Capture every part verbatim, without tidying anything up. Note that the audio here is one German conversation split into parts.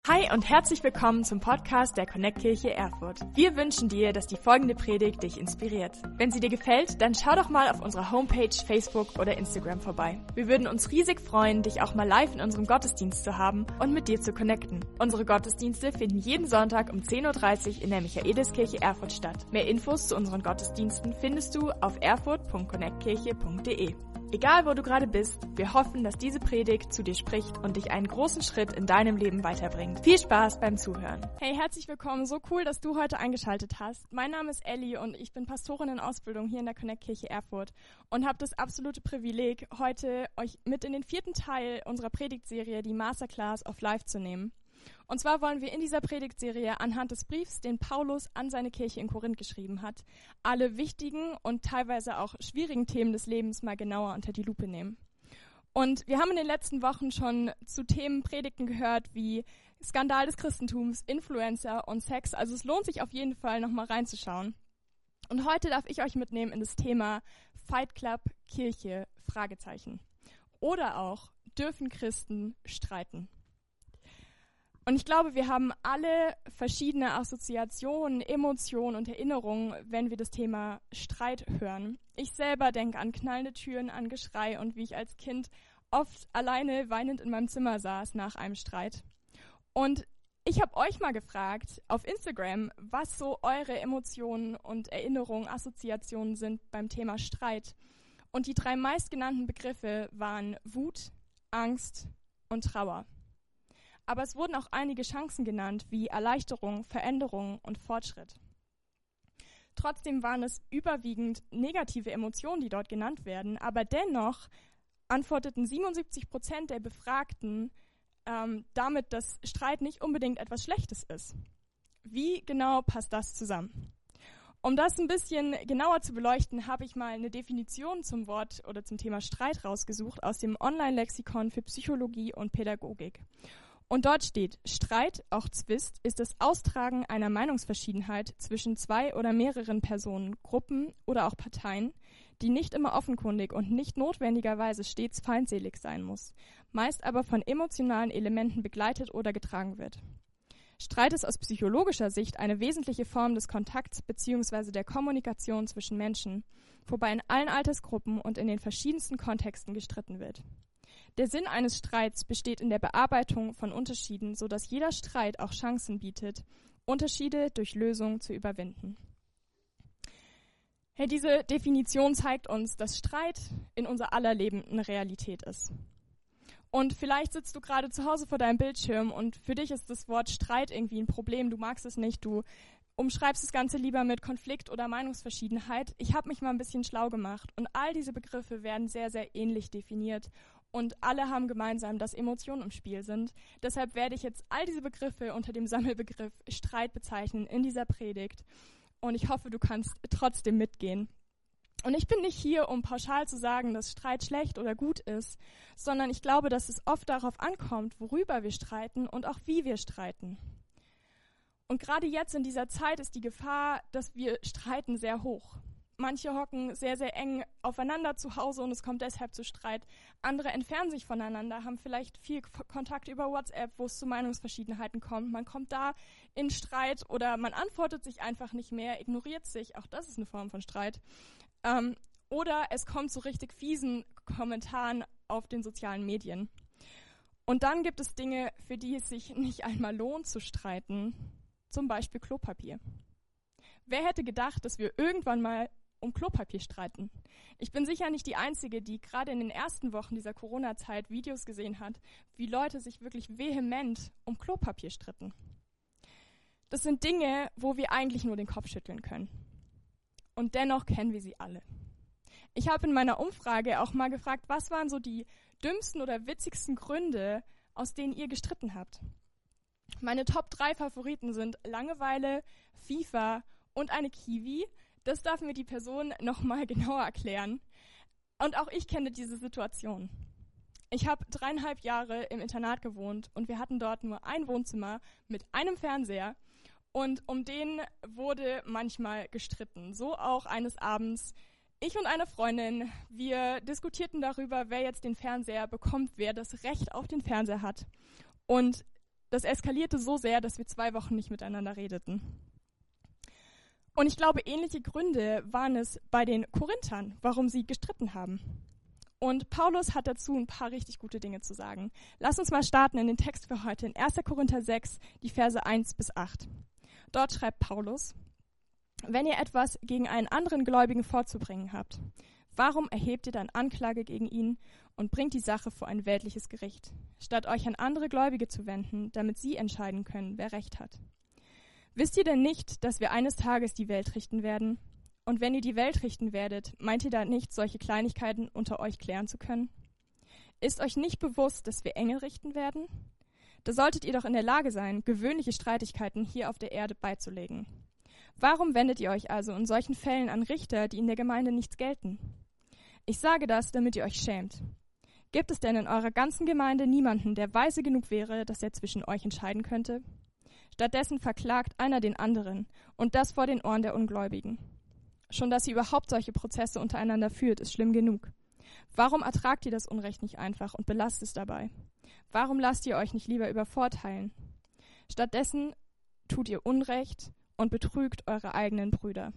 Hi und herzlich willkommen zum Podcast der Connect-Kirche Erfurt. Wir wünschen dir, dass die folgende Predigt dich inspiriert. Wenn sie dir gefällt, dann schau doch mal auf unserer Homepage, Facebook oder Instagram vorbei. Wir würden uns riesig freuen, dich auch mal live in unserem Gottesdienst zu haben und mit dir zu connecten. Unsere Gottesdienste finden jeden Sonntag um zehn Uhr dreißig in der Michaeliskirche Erfurt statt. Mehr Infos zu unseren Gottesdiensten findest du auf erfurt punkt connectkirche punkt de. Egal, wo du gerade bist, wir hoffen, dass diese Predigt zu dir spricht und dich einen großen Schritt in deinem Leben weiterbringt. Viel Spaß beim Zuhören. Hey, herzlich willkommen. So cool, dass du heute eingeschaltet hast. Mein Name ist Elli und ich bin Pastorin in Ausbildung hier in der Connect-Kirche Erfurt und habe das absolute Privileg, heute euch mit in den vierten Teil unserer Predigtserie, die Masterclass of Life, zu nehmen. Und zwar wollen wir in dieser Predigtserie anhand des Briefs, den Paulus an seine Kirche in Korinth geschrieben hat, alle wichtigen und teilweise auch schwierigen Themen des Lebens mal genauer unter die Lupe nehmen. Und wir haben in den letzten Wochen schon zu Themen Predigten gehört wie Skandal des Christentums, Influencer und Sex. Also es lohnt sich auf jeden Fall nochmal reinzuschauen. Und heute darf ich euch mitnehmen in das Thema Fight Club, Kirche, Fragezeichen. Oder auch, dürfen Christen streiten? Und ich glaube, wir haben alle verschiedene Assoziationen, Emotionen und Erinnerungen, wenn wir das Thema Streit hören. Ich selber denke an knallende Türen, an Geschrei und wie ich als Kind oft alleine weinend in meinem Zimmer saß nach einem Streit. Und ich habe euch mal gefragt auf Instagram, was so eure Emotionen und Erinnerungen, Assoziationen sind beim Thema Streit. Und die drei meistgenannten Begriffe waren Wut, Angst und Trauer. Aber es wurden auch einige Chancen genannt, wie Erleichterung, Veränderung und Fortschritt. Trotzdem waren es überwiegend negative Emotionen, die dort genannt werden, aber dennoch antworteten siebenundsiebzig Prozent der Befragten ähm, damit, dass Streit nicht unbedingt etwas Schlechtes ist. Wie genau passt das zusammen? Um das ein bisschen genauer zu beleuchten, habe ich mal eine Definition zum Wort oder zum Thema Streit rausgesucht aus dem Online-Lexikon für Psychologie und Pädagogik. Und dort steht, Streit, auch Zwist, ist das Austragen einer Meinungsverschiedenheit zwischen zwei oder mehreren Personen, Gruppen oder auch Parteien, die nicht immer offenkundig und nicht notwendigerweise stets feindselig sein muss, meist aber von emotionalen Elementen begleitet oder getragen wird. Streit ist aus psychologischer Sicht eine wesentliche Form des Kontakts bzw. der Kommunikation zwischen Menschen, wobei in allen Altersgruppen und in den verschiedensten Kontexten gestritten wird. Der Sinn eines Streits besteht in der Bearbeitung von Unterschieden, sodass jeder Streit auch Chancen bietet, Unterschiede durch Lösungen zu überwinden. Hey, diese Definition zeigt uns, dass Streit in unser aller Leben eine Realität ist. Und vielleicht sitzt du gerade zu Hause vor deinem Bildschirm und für dich ist das Wort Streit irgendwie ein Problem, du magst es nicht, du umschreibst das Ganze lieber mit Konflikt oder Meinungsverschiedenheit. Ich habe mich mal ein bisschen schlau gemacht und all diese Begriffe werden sehr, sehr ähnlich definiert. Und alle haben gemeinsam, dass Emotionen im Spiel sind. Deshalb werde ich jetzt all diese Begriffe unter dem Sammelbegriff Streit bezeichnen in dieser Predigt. Und ich hoffe, du kannst trotzdem mitgehen. Und ich bin nicht hier, um pauschal zu sagen, dass Streit schlecht oder gut ist, sondern ich glaube, dass es oft darauf ankommt, worüber wir streiten und auch wie wir streiten. Und gerade jetzt in dieser Zeit ist die Gefahr, dass wir streiten, sehr hoch. Manche hocken sehr, sehr eng aufeinander zu Hause und es kommt deshalb zu Streit. Andere entfernen sich voneinander, haben vielleicht viel Kontakt über WhatsApp, wo es zu Meinungsverschiedenheiten kommt. Man kommt da in Streit oder man antwortet sich einfach nicht mehr, ignoriert sich. Auch das ist eine Form von Streit. Ähm, oder es kommt zu richtig fiesen Kommentaren auf den sozialen Medien. Und dann gibt es Dinge, für die es sich nicht einmal lohnt zu streiten. Zum Beispiel Klopapier. Wer hätte gedacht, dass wir irgendwann mal um Klopapier streiten? Ich bin sicher nicht die Einzige, die gerade in den ersten Wochen dieser Corona-Zeit Videos gesehen hat, wie Leute sich wirklich vehement um Klopapier stritten. Das sind Dinge, wo wir eigentlich nur den Kopf schütteln können. Und dennoch kennen wir sie alle. Ich habe in meiner Umfrage auch mal gefragt, was waren so die dümmsten oder witzigsten Gründe, aus denen ihr gestritten habt. Meine Top drei Favoriten sind Langeweile, FIFA und eine Kiwi. Das darf mir die Person nochmal genauer erklären. Und auch ich kenne diese Situation. Ich habe dreieinhalb Jahre im Internat gewohnt und wir hatten dort nur ein Wohnzimmer mit einem Fernseher. Und um den wurde manchmal gestritten. So auch eines Abends. Ich und eine Freundin, wir diskutierten darüber, wer jetzt den Fernseher bekommt, wer das Recht auf den Fernseher hat. Und Das eskalierte so sehr, dass wir zwei Wochen nicht miteinander redeten. Und ich glaube, ähnliche Gründe waren es bei den Korinthern, warum sie gestritten haben. Und Paulus hat dazu ein paar richtig gute Dinge zu sagen. Lass uns mal starten in den Text für heute, in erster Korinther sechs, die Verse eins bis acht. Dort schreibt Paulus: Wenn ihr etwas gegen einen anderen Gläubigen vorzubringen habt, warum erhebt ihr dann Anklage gegen ihn und bringt die Sache vor ein weltliches Gericht, statt euch an andere Gläubige zu wenden, damit sie entscheiden können, wer Recht hat? Wisst ihr denn nicht, dass wir eines Tages die Welt richten werden? Und wenn ihr die Welt richten werdet, meint ihr da nicht, solche Kleinigkeiten unter euch klären zu können? Ist euch nicht bewusst, dass wir Engel richten werden? Da solltet ihr doch in der Lage sein, gewöhnliche Streitigkeiten hier auf der Erde beizulegen. Warum wendet ihr euch also in solchen Fällen an Richter, die in der Gemeinde nichts gelten? Ich sage das, damit ihr euch schämt. Gibt es denn in eurer ganzen Gemeinde niemanden, der weise genug wäre, dass er zwischen euch entscheiden könnte? Stattdessen verklagt einer den anderen, und das vor den Ohren der Ungläubigen. Schon, dass ihr überhaupt solche Prozesse untereinander führt, ist schlimm genug. Warum ertragt ihr das Unrecht nicht einfach und belasst es dabei? Warum lasst ihr euch nicht lieber übervorteilen? Stattdessen tut ihr Unrecht und betrügt eure eigenen Brüder.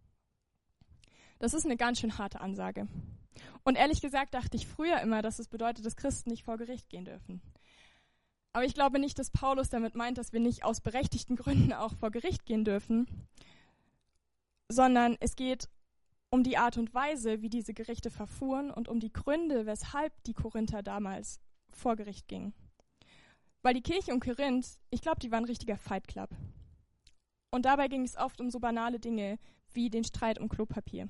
Das ist eine ganz schön harte Ansage. Und ehrlich gesagt dachte ich früher immer, dass es bedeutet, dass Christen nicht vor Gericht gehen dürfen. Aber ich glaube nicht, dass Paulus damit meint, dass wir nicht aus berechtigten Gründen auch vor Gericht gehen dürfen, sondern es geht um die Art und Weise, wie diese Gerichte verfuhren und um die Gründe, weshalb die Korinther damals vor Gericht gingen. Weil die Kirche um Korinth, ich glaube, die war ein richtiger Fight Club. Und dabei ging es oft um so banale Dinge wie den Streit um Klopapier.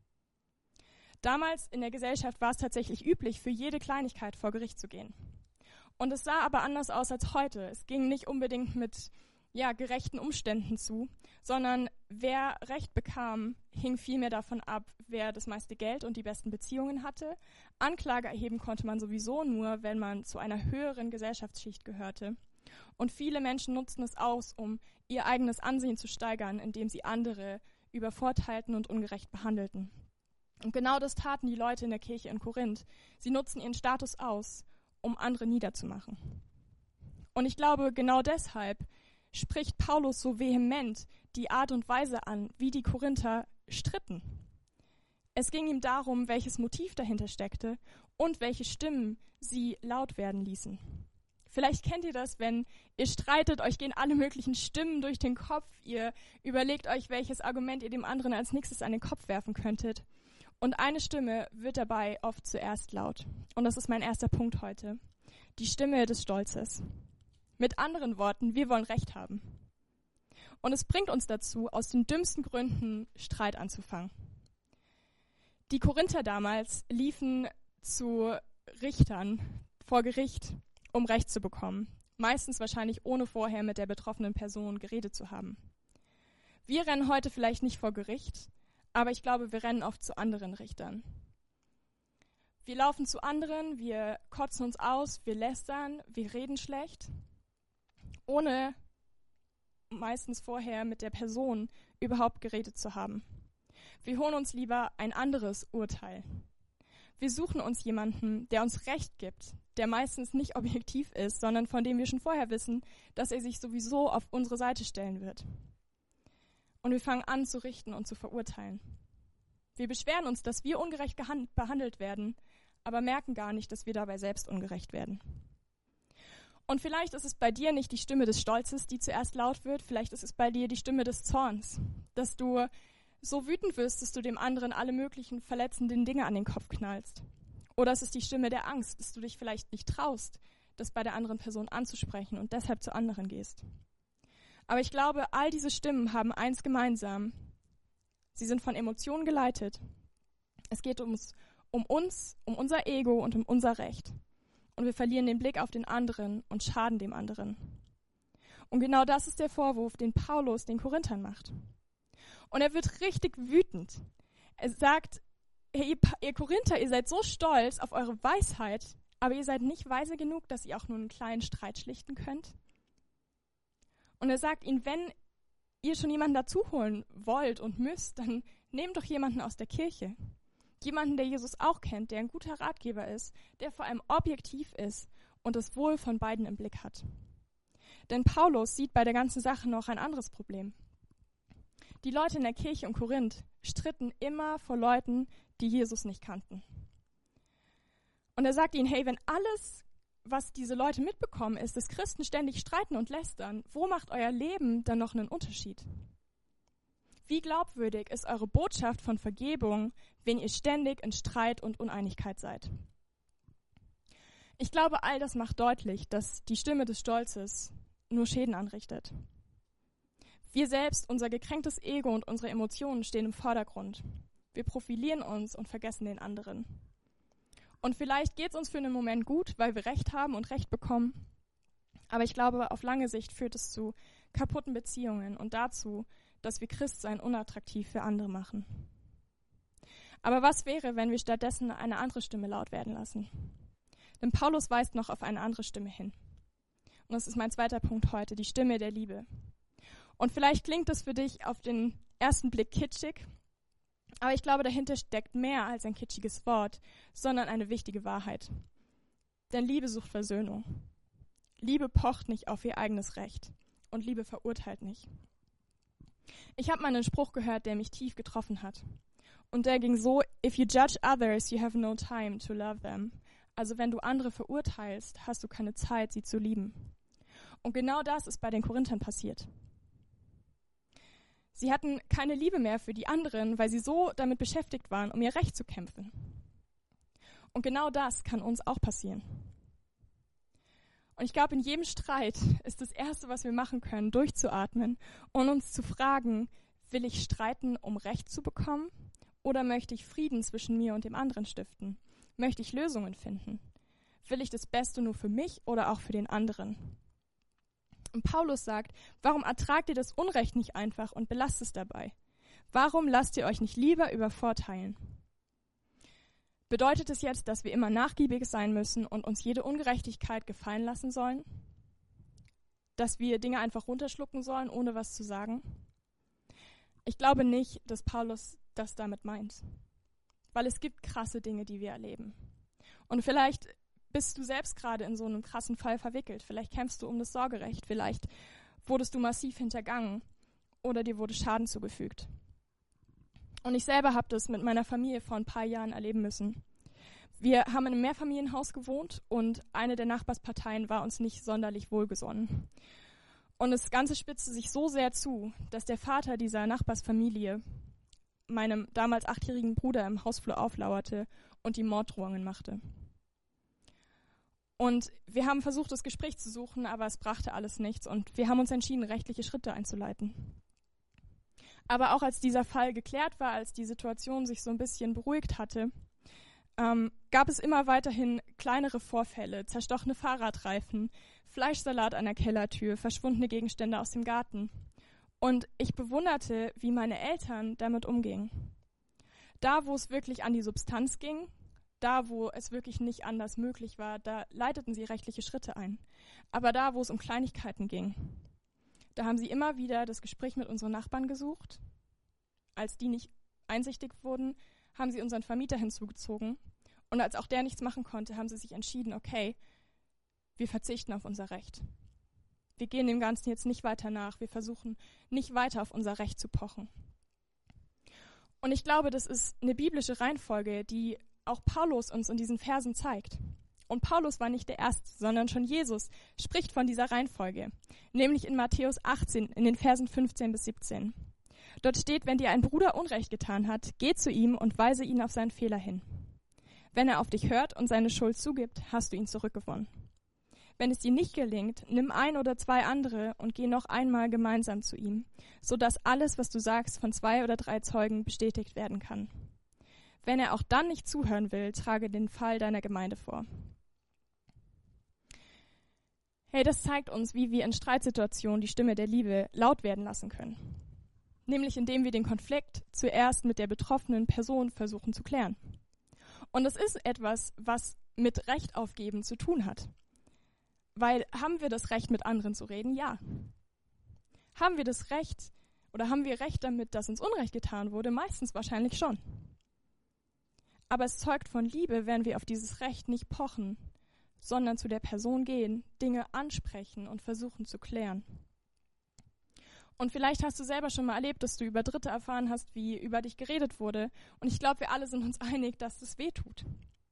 Damals in der Gesellschaft war es tatsächlich üblich, für jede Kleinigkeit vor Gericht zu gehen. Und es sah aber anders aus als heute. Es ging nicht unbedingt mit ja, gerechten Umständen zu, sondern wer Recht bekam, hing vielmehr davon ab, wer das meiste Geld und die besten Beziehungen hatte. Anklage erheben konnte man sowieso nur, wenn man zu einer höheren Gesellschaftsschicht gehörte. Und viele Menschen nutzten es aus, um ihr eigenes Ansehen zu steigern, indem sie andere übervorteilten und ungerecht behandelten. Und genau das taten die Leute in der Kirche in Korinth. Sie nutzten ihren Status aus, um andere niederzumachen. Und ich glaube, genau deshalb spricht Paulus so vehement die Art und Weise an, wie die Korinther stritten. Es ging ihm darum, welches Motiv dahinter steckte und welche Stimmen sie laut werden ließen. Vielleicht kennt ihr das, wenn ihr streitet, euch gehen alle möglichen Stimmen durch den Kopf, ihr überlegt euch, welches Argument ihr dem anderen als nächstes an den Kopf werfen könntet. Und eine Stimme wird dabei oft zuerst laut. Und das ist mein erster Punkt heute. Die Stimme des Stolzes. Mit anderen Worten, wir wollen Recht haben. Und es bringt uns dazu, aus den dümmsten Gründen Streit anzufangen. Die Korinther damals liefen zu Richtern vor Gericht, um Recht zu bekommen. Meistens wahrscheinlich ohne vorher mit der betroffenen Person geredet zu haben. Wir rennen heute vielleicht nicht vor Gericht, aber ich glaube, wir rennen oft zu anderen Richtern. Wir laufen zu anderen, wir kotzen uns aus, wir lästern, wir reden schlecht, ohne meistens vorher mit der Person überhaupt geredet zu haben. Wir holen uns lieber ein anderes Urteil. Wir suchen uns jemanden, der uns Recht gibt, der meistens nicht objektiv ist, sondern von dem wir schon vorher wissen, dass er sich sowieso auf unsere Seite stellen wird. Und wir fangen an zu richten und zu verurteilen. Wir beschweren uns, dass wir ungerecht gehand- behandelt werden, aber merken gar nicht, dass wir dabei selbst ungerecht werden. Und vielleicht ist es bei dir nicht die Stimme des Stolzes, die zuerst laut wird, vielleicht ist es bei dir die Stimme des Zorns, dass du so wütend wirst, dass du dem anderen alle möglichen verletzenden Dinge an den Kopf knallst. Oder es ist die Stimme der Angst, dass du dich vielleicht nicht traust, das bei der anderen Person anzusprechen und deshalb zu anderen gehst. Aber ich glaube, all diese Stimmen haben eins gemeinsam. Sie sind von Emotionen geleitet. Es geht ums, um uns, um unser Ego und um unser Recht. Und wir verlieren den Blick auf den anderen und schaden dem anderen. Und genau das ist der Vorwurf, den Paulus den Korinthern macht. Und er wird richtig wütend. Er sagt, hey, ihr, ihr Korinther, ihr seid so stolz auf eure Weisheit, aber ihr seid nicht weise genug, dass ihr auch nur einen kleinen Streit schlichten könnt. Und er sagt ihnen, wenn ihr schon jemanden dazu holen wollt und müsst, dann nehmt doch jemanden aus der Kirche. Jemanden, der Jesus auch kennt, der ein guter Ratgeber ist, der vor allem objektiv ist und das Wohl von beiden im Blick hat. Denn Paulus sieht bei der ganzen Sache noch ein anderes Problem. Die Leute in der Kirche um Korinth stritten immer vor Leuten, die Jesus nicht kannten. Und er sagt ihnen, hey, wenn alles, was diese Leute mitbekommen, ist, dass Christen ständig streiten und lästern, wo macht euer Leben dann noch einen Unterschied? Wie glaubwürdig ist eure Botschaft von Vergebung, wenn ihr ständig in Streit und Uneinigkeit seid? Ich glaube, all das macht deutlich, dass die Stimme des Stolzes nur Schäden anrichtet. Wir selbst, unser gekränktes Ego und unsere Emotionen stehen im Vordergrund. Wir profilieren uns und vergessen den anderen. Und vielleicht geht es uns für einen Moment gut, weil wir Recht haben und Recht bekommen. Aber ich glaube, auf lange Sicht führt es zu kaputten Beziehungen und dazu, dass wir Christsein unattraktiv für andere machen. Aber was wäre, wenn wir stattdessen eine andere Stimme laut werden lassen? Denn Paulus weist noch auf eine andere Stimme hin. Und das ist mein zweiter Punkt heute, die Stimme der Liebe. Und vielleicht klingt das für dich auf den ersten Blick kitschig, aber ich glaube, dahinter steckt mehr als ein kitschiges Wort, sondern eine wichtige Wahrheit. Denn Liebe sucht Versöhnung. Liebe pocht nicht auf ihr eigenes Recht und Liebe verurteilt nicht. Ich habe mal einen Spruch gehört, der mich tief getroffen hat. Und der ging so, if you judge others, you have no time to love them. Also wenn du andere verurteilst, hast du keine Zeit, sie zu lieben. Und genau das ist bei den Korinthern passiert. Sie hatten keine Liebe mehr für die anderen, weil sie so damit beschäftigt waren, um ihr Recht zu kämpfen. Und genau das kann uns auch passieren. Und ich glaube, in jedem Streit ist das Erste, was wir machen können, durchzuatmen und uns zu fragen, will ich streiten, um Recht zu bekommen? Oder möchte ich Frieden zwischen mir und dem anderen stiften? Möchte ich Lösungen finden? Will ich das Beste nur für mich oder auch für den anderen? Und Paulus sagt, warum ertragt ihr das Unrecht nicht einfach und belasst es dabei? Warum lasst ihr euch nicht lieber übervorteilen? Bedeutet es jetzt, dass wir immer nachgiebig sein müssen und uns jede Ungerechtigkeit gefallen lassen sollen? Dass wir Dinge einfach runterschlucken sollen, ohne was zu sagen? Ich glaube nicht, dass Paulus das damit meint. Weil es gibt krasse Dinge, die wir erleben. Und vielleicht bist du selbst gerade in so einem krassen Fall verwickelt. Vielleicht kämpfst du um das Sorgerecht. Vielleicht wurdest du massiv hintergangen oder dir wurde Schaden zugefügt. Und ich selber habe das mit meiner Familie vor ein paar Jahren erleben müssen. Wir haben in einem Mehrfamilienhaus gewohnt und eine der Nachbarsparteien war uns nicht sonderlich wohlgesonnen. Und das Ganze spitzte sich so sehr zu, dass der Vater dieser Nachbarsfamilie meinem damals achtjährigen Bruder im Hausflur auflauerte und die Morddrohungen machte. Und wir haben versucht, das Gespräch zu suchen, aber es brachte alles nichts und wir haben uns entschieden, rechtliche Schritte einzuleiten. Aber auch als dieser Fall geklärt war, als die Situation sich so ein bisschen beruhigt hatte, ähm, gab es immer weiterhin kleinere Vorfälle, zerstochene Fahrradreifen, Fleischsalat an der Kellertür, verschwundene Gegenstände aus dem Garten. Und ich bewunderte, wie meine Eltern damit umgingen. Da, wo es wirklich an die Substanz ging, da, wo es wirklich nicht anders möglich war, da leiteten sie rechtliche Schritte ein. Aber da, wo es um Kleinigkeiten ging, da haben sie immer wieder das Gespräch mit unseren Nachbarn gesucht. Als die nicht einsichtig wurden, haben sie unseren Vermieter hinzugezogen. Und als auch der nichts machen konnte, haben sie sich entschieden, okay, wir verzichten auf unser Recht. Wir gehen dem Ganzen jetzt nicht weiter nach. Wir versuchen nicht weiter auf unser Recht zu pochen. Und ich glaube, das ist eine biblische Reihenfolge, die auch Paulus uns in diesen Versen zeigt. Und Paulus war nicht der Erste, sondern schon Jesus spricht von dieser Reihenfolge, nämlich in Matthäus achtzehn, in den Versen fünfzehn bis siebzehn. Dort steht, wenn dir ein Bruder Unrecht getan hat, geh zu ihm und weise ihn auf seinen Fehler hin. Wenn er auf dich hört und seine Schuld zugibt, hast du ihn zurückgewonnen. Wenn es dir nicht gelingt, nimm ein oder zwei andere und geh noch einmal gemeinsam zu ihm, sodass alles, was du sagst, von zwei oder drei Zeugen bestätigt werden kann. Wenn er auch dann nicht zuhören will, trage den Fall deiner Gemeinde vor. Hey, das zeigt uns, wie wir in Streitsituationen die Stimme der Liebe laut werden lassen können. Nämlich indem wir den Konflikt zuerst mit der betroffenen Person versuchen zu klären. Und das ist etwas, was mit Recht aufgeben zu tun hat. Weil haben wir das Recht, mit anderen zu reden? Ja. Haben wir das Recht oder haben wir Recht damit, dass uns Unrecht getan wurde? Meistens wahrscheinlich schon. Aber es zeugt von Liebe, wenn wir auf dieses Recht nicht pochen, sondern zu der Person gehen, Dinge ansprechen und versuchen zu klären. Und vielleicht hast du selber schon mal erlebt, dass du über Dritte erfahren hast, wie über dich geredet wurde. Und ich glaube, wir alle sind uns einig, dass das weh tut.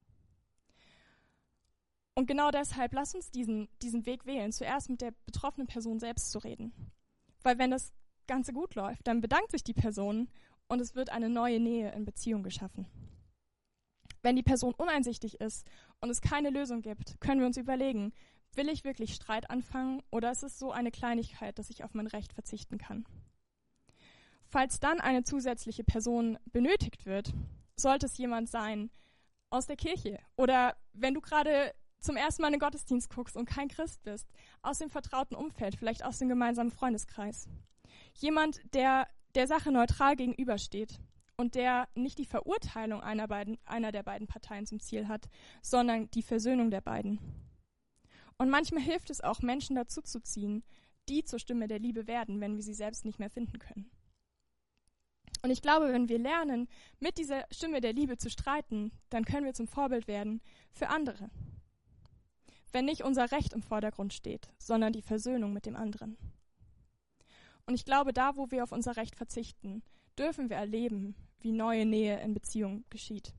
Und genau deshalb lass uns diesen, diesen Weg wählen, zuerst mit der betroffenen Person selbst zu reden. Weil wenn das Ganze gut läuft, dann bedankt sich die Person und es wird eine neue Nähe in Beziehung geschaffen. Wenn die Person uneinsichtig ist und es keine Lösung gibt, können wir uns überlegen, will ich wirklich Streit anfangen oder ist es so eine Kleinigkeit, dass ich auf mein Recht verzichten kann? Falls dann eine zusätzliche Person benötigt wird, sollte es jemand sein aus der Kirche oder wenn du gerade zum ersten Mal in den Gottesdienst guckst und kein Christ bist, aus dem vertrauten Umfeld, vielleicht aus dem gemeinsamen Freundeskreis. Jemand, der der Sache neutral gegenübersteht und der nicht die Verurteilung einer, beiden, einer der beiden Parteien zum Ziel hat, sondern die Versöhnung der beiden. Und manchmal hilft es auch, Menschen dazu zu ziehen, die zur Stimme der Liebe werden, wenn wir sie selbst nicht mehr finden können. Und ich glaube, wenn wir lernen, mit dieser Stimme der Liebe zu streiten, dann können wir zum Vorbild werden für andere. Wenn nicht unser Recht im Vordergrund steht, sondern die Versöhnung mit dem anderen. Und ich glaube, da, wo wir auf unser Recht verzichten, dürfen wir erleben, wie neue Nähe in Beziehung geschieht.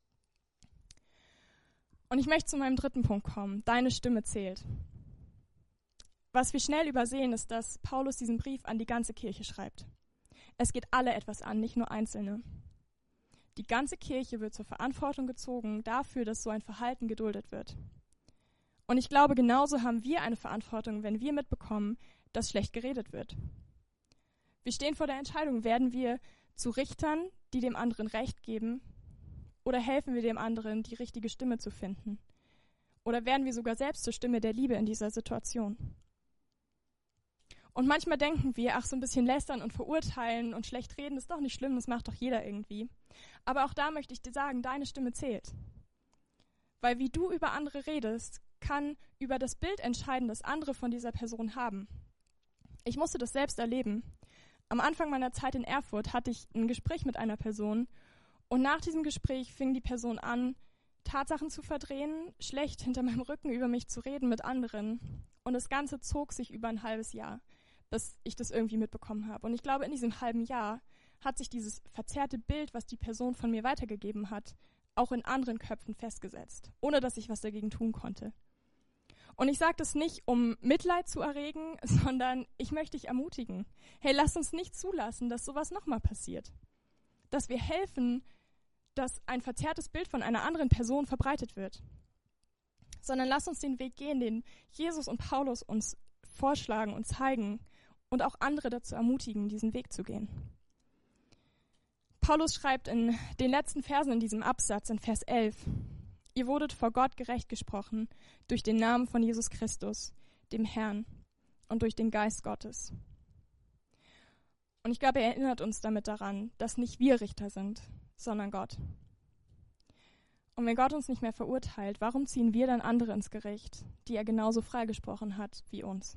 Und ich möchte zu meinem dritten Punkt kommen. Deine Stimme zählt. Was wir schnell übersehen, ist, dass Paulus diesen Brief an die ganze Kirche schreibt. Es geht alle etwas an, nicht nur Einzelne. Die ganze Kirche wird zur Verantwortung gezogen dafür, dass so ein Verhalten geduldet wird. Und ich glaube, genauso haben wir eine Verantwortung, wenn wir mitbekommen, dass schlecht geredet wird. Wir stehen vor der Entscheidung, werden wir zu Richtern, die dem anderen Recht geben, oder helfen wir dem anderen, die richtige Stimme zu finden? Oder werden wir sogar selbst zur Stimme der Liebe in dieser Situation? Und manchmal denken wir, ach, so ein bisschen lästern und verurteilen und schlecht reden ist doch nicht schlimm, das macht doch jeder irgendwie. Aber auch da möchte ich dir sagen, deine Stimme zählt. Weil wie du über andere redest, kann über das Bild entscheiden, das andere von dieser Person haben. Ich musste das selbst erleben. Am Anfang meiner Zeit in Erfurt hatte ich ein Gespräch mit einer Person und nach diesem Gespräch fing die Person an, Tatsachen zu verdrehen, schlecht hinter meinem Rücken über mich zu reden mit anderen. Und das Ganze zog sich über ein halbes Jahr, bis ich das irgendwie mitbekommen habe. Und ich glaube, in diesem halben Jahr hat sich dieses verzerrte Bild, was die Person von mir weitergegeben hat, auch in anderen Köpfen festgesetzt, ohne dass ich was dagegen tun konnte. Und ich sage das nicht, um Mitleid zu erregen, sondern ich möchte dich ermutigen. Hey, lass uns nicht zulassen, dass sowas nochmal passiert. Dass wir helfen, dass ein verzerrtes Bild von einer anderen Person verbreitet wird. Sondern lass uns den Weg gehen, den Jesus und Paulus uns vorschlagen und zeigen und auch andere dazu ermutigen, diesen Weg zu gehen. Paulus schreibt in den letzten Versen in diesem Absatz, in Vers elf, ihr wurdet vor Gott gerecht gesprochen durch den Namen von Jesus Christus, dem Herrn, und durch den Geist Gottes. Und ich glaube, er erinnert uns damit daran, dass nicht wir Richter sind, sondern Gott. Und wenn Gott uns nicht mehr verurteilt, warum ziehen wir dann andere ins Gericht, die er genauso freigesprochen hat wie uns?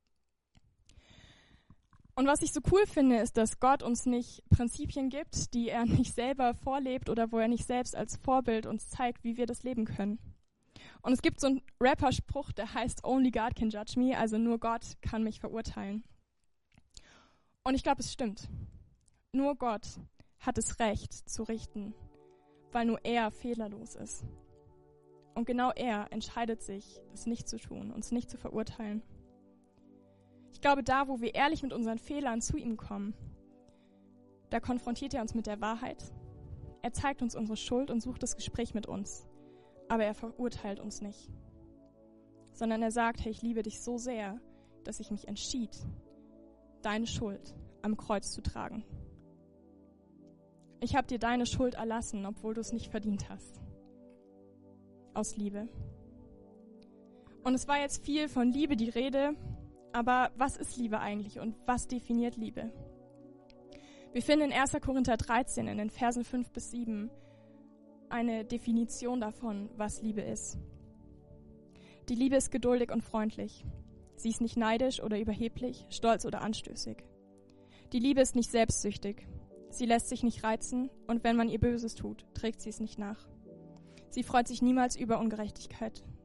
Und was ich so cool finde, ist, dass Gott uns nicht Prinzipien gibt, die er nicht selber vorlebt oder wo er nicht selbst als Vorbild uns zeigt, wie wir das leben können. Und es gibt so einen Rapper-Spruch, der heißt Only God can judge me, also nur Gott kann mich verurteilen. Und ich glaube, es stimmt. Nur Gott hat das Recht zu richten, weil nur er fehlerlos ist. Und genau er entscheidet sich, es nicht zu tun, uns nicht zu verurteilen. Ich glaube, da, wo wir ehrlich mit unseren Fehlern zu ihm kommen, da konfrontiert er uns mit der Wahrheit. Er zeigt uns unsere Schuld und sucht das Gespräch mit uns. Aber er verurteilt uns nicht. Sondern er sagt, hey, ich liebe dich so sehr, dass ich mich entschied, deine Schuld am Kreuz zu tragen. Ich habe dir deine Schuld erlassen, obwohl du es nicht verdient hast. Aus Liebe. Und es war jetzt viel von Liebe die Rede, aber was ist Liebe eigentlich und was definiert Liebe? Wir finden in erster Korinther dreizehn in den Versen fünf bis sieben eine Definition davon, was Liebe ist. Die Liebe ist geduldig und freundlich. Sie ist nicht neidisch oder überheblich, stolz oder anstößig. Die Liebe ist nicht selbstsüchtig. Sie lässt sich nicht reizen und wenn man ihr Böses tut, trägt sie es nicht nach. Sie freut sich niemals über Ungerechtigkeit.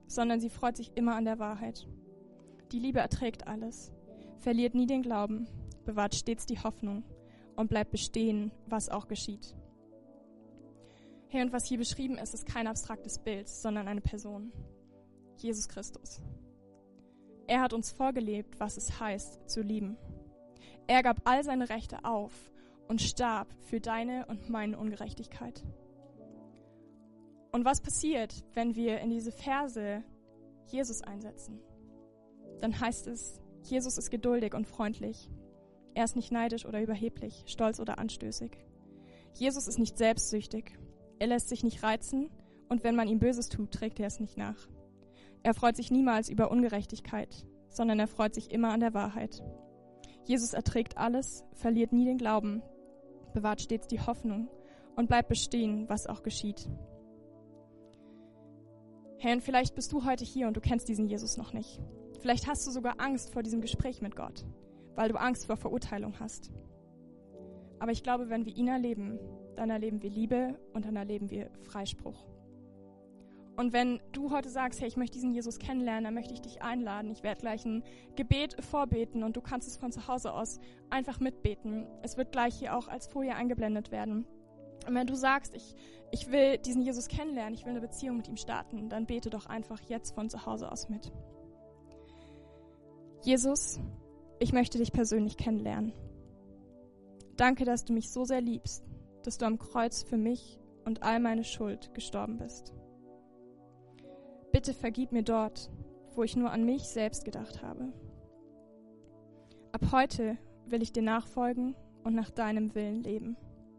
sondern sie freut sich immer an der Wahrheit. Die Liebe erträgt alles, verliert nie den Glauben, bewahrt stets die Hoffnung und bleibt bestehen, was auch geschieht. Hey, und was hier beschrieben ist, ist kein abstraktes Bild, sondern eine Person. Jesus Christus. Er hat uns vorgelebt, was es heißt, zu lieben. Er gab all seine Rechte auf und starb für deine und meine Ungerechtigkeit. Und was passiert, wenn wir in diese Verse Jesus einsetzen? Dann heißt es, Jesus ist geduldig und freundlich. Er ist nicht neidisch oder überheblich, stolz oder anstößig. Jesus ist nicht selbstsüchtig. Er lässt sich nicht reizen und wenn man ihm Böses tut, trägt er es nicht nach. Er freut sich niemals über Ungerechtigkeit, sondern er freut sich immer an der Wahrheit. Jesus erträgt alles, verliert nie den Glauben, bewahrt stets die Hoffnung und bleibt bestehen, was auch geschieht. Hey, und vielleicht bist du heute hier und du kennst diesen Jesus noch nicht. Vielleicht hast du sogar Angst vor diesem Gespräch mit Gott, weil du Angst vor Verurteilung hast. Aber ich glaube, wenn wir ihn erleben, dann erleben wir Liebe und dann erleben wir Freispruch. Und wenn du heute sagst, hey, ich möchte diesen Jesus kennenlernen, dann möchte ich dich einladen. Ich werde gleich ein Gebet vorbeten und du kannst es von zu Hause aus einfach mitbeten. Es wird gleich hier auch als Folie eingeblendet werden. Und wenn du sagst, ich, ich will diesen Jesus kennenlernen, ich will eine Beziehung mit ihm starten, dann bete doch einfach jetzt von zu Hause aus mit. Jesus, ich möchte dich persönlich kennenlernen. Danke, dass du mich so sehr liebst, dass du am Kreuz für mich und all meine Schuld gestorben bist. Bitte vergib mir dort, wo ich nur an mich selbst gedacht habe. Ab heute will ich dir nachfolgen und nach deinem Willen leben.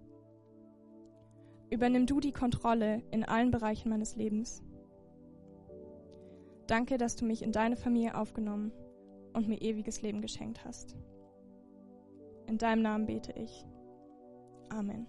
Übernimm du die Kontrolle in allen Bereichen meines Lebens. Danke, dass du mich in deine Familie aufgenommen und mir ewiges Leben geschenkt hast. In deinem Namen bete ich. Amen.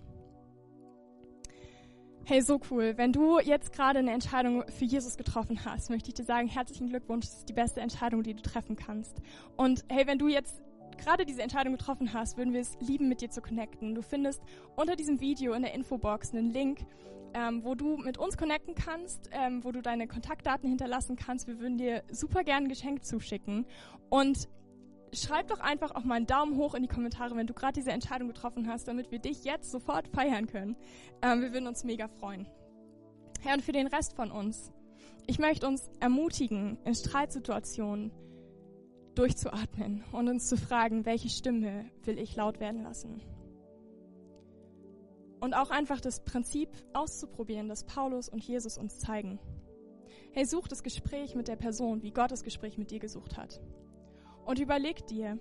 Hey, so cool. Wenn du jetzt gerade eine Entscheidung für Jesus getroffen hast, möchte ich dir sagen, herzlichen Glückwunsch. Das ist die beste Entscheidung, die du treffen kannst. Und hey, wenn du jetzt gerade diese Entscheidung getroffen hast, würden wir es lieben, mit dir zu connecten. Du findest unter diesem Video in der Infobox einen Link, ähm, wo du mit uns connecten kannst, ähm, wo du deine Kontaktdaten hinterlassen kannst. Wir würden dir super gerne ein Geschenk zuschicken. Und schreib doch einfach auch mal einen Daumen hoch in die Kommentare, wenn du gerade diese Entscheidung getroffen hast, damit wir dich jetzt sofort feiern können. Ähm, wir würden uns mega freuen. Herr, und für den Rest von uns, ich möchte uns ermutigen, in Streitsituationen durchzuatmen und uns zu fragen, welche Stimme will ich laut werden lassen? Und auch einfach das Prinzip auszuprobieren, das Paulus und Jesus uns zeigen. Hey, such das Gespräch mit der Person, wie Gott das Gespräch mit dir gesucht hat. Und überleg dir,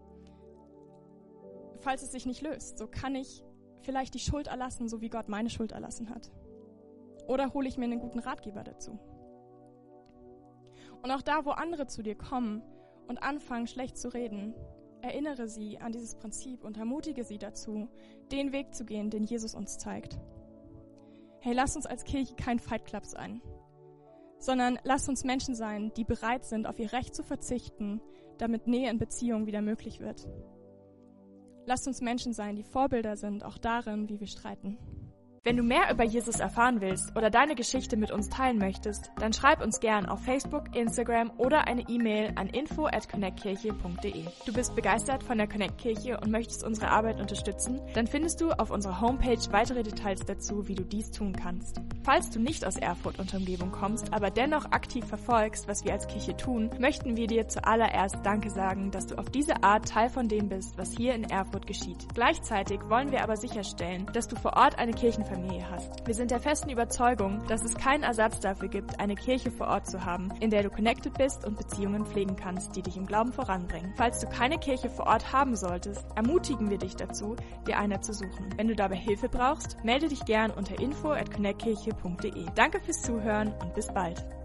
falls es sich nicht löst, so kann ich vielleicht die Schuld erlassen, so wie Gott meine Schuld erlassen hat. Oder hole ich mir einen guten Ratgeber dazu. Und auch da, wo andere zu dir kommen und anfangen, schlecht zu reden, erinnere sie an dieses Prinzip und ermutige sie dazu, den Weg zu gehen, den Jesus uns zeigt. Hey, lass uns als Kirche kein Fight Club sein, sondern lass uns Menschen sein, die bereit sind, auf ihr Recht zu verzichten, damit Nähe in Beziehung wieder möglich wird. Lasst uns Menschen sein, die Vorbilder sind, auch darin, wie wir streiten. Wenn du mehr über Jesus erfahren willst oder deine Geschichte mit uns teilen möchtest, dann schreib uns gern auf Facebook, Instagram oder eine E-Mail an info at connectkirche punkt de. Du bist begeistert von der Connect Kirche und möchtest unsere Arbeit unterstützen? Dann findest du auf unserer Homepage weitere Details dazu, wie du dies tun kannst. Falls du nicht aus Erfurt und Umgebung kommst, aber dennoch aktiv verfolgst, was wir als Kirche tun, möchten wir dir zuallererst Danke sagen, dass du auf diese Art Teil von dem bist, was hier in Erfurt geschieht. Gleichzeitig wollen wir aber sicherstellen, dass du vor Ort eine Kirchenfamilie hast. Wir sind der festen Überzeugung, dass es keinen Ersatz dafür gibt, eine Kirche vor Ort zu haben, in der du connected bist und Beziehungen pflegen kannst, die dich im Glauben voranbringen. Falls du keine Kirche vor Ort haben solltest, ermutigen wir dich dazu, dir eine zu suchen. Wenn du dabei Hilfe brauchst, melde dich gern unter info at connectkirche punkt de. Danke fürs Zuhören und bis bald.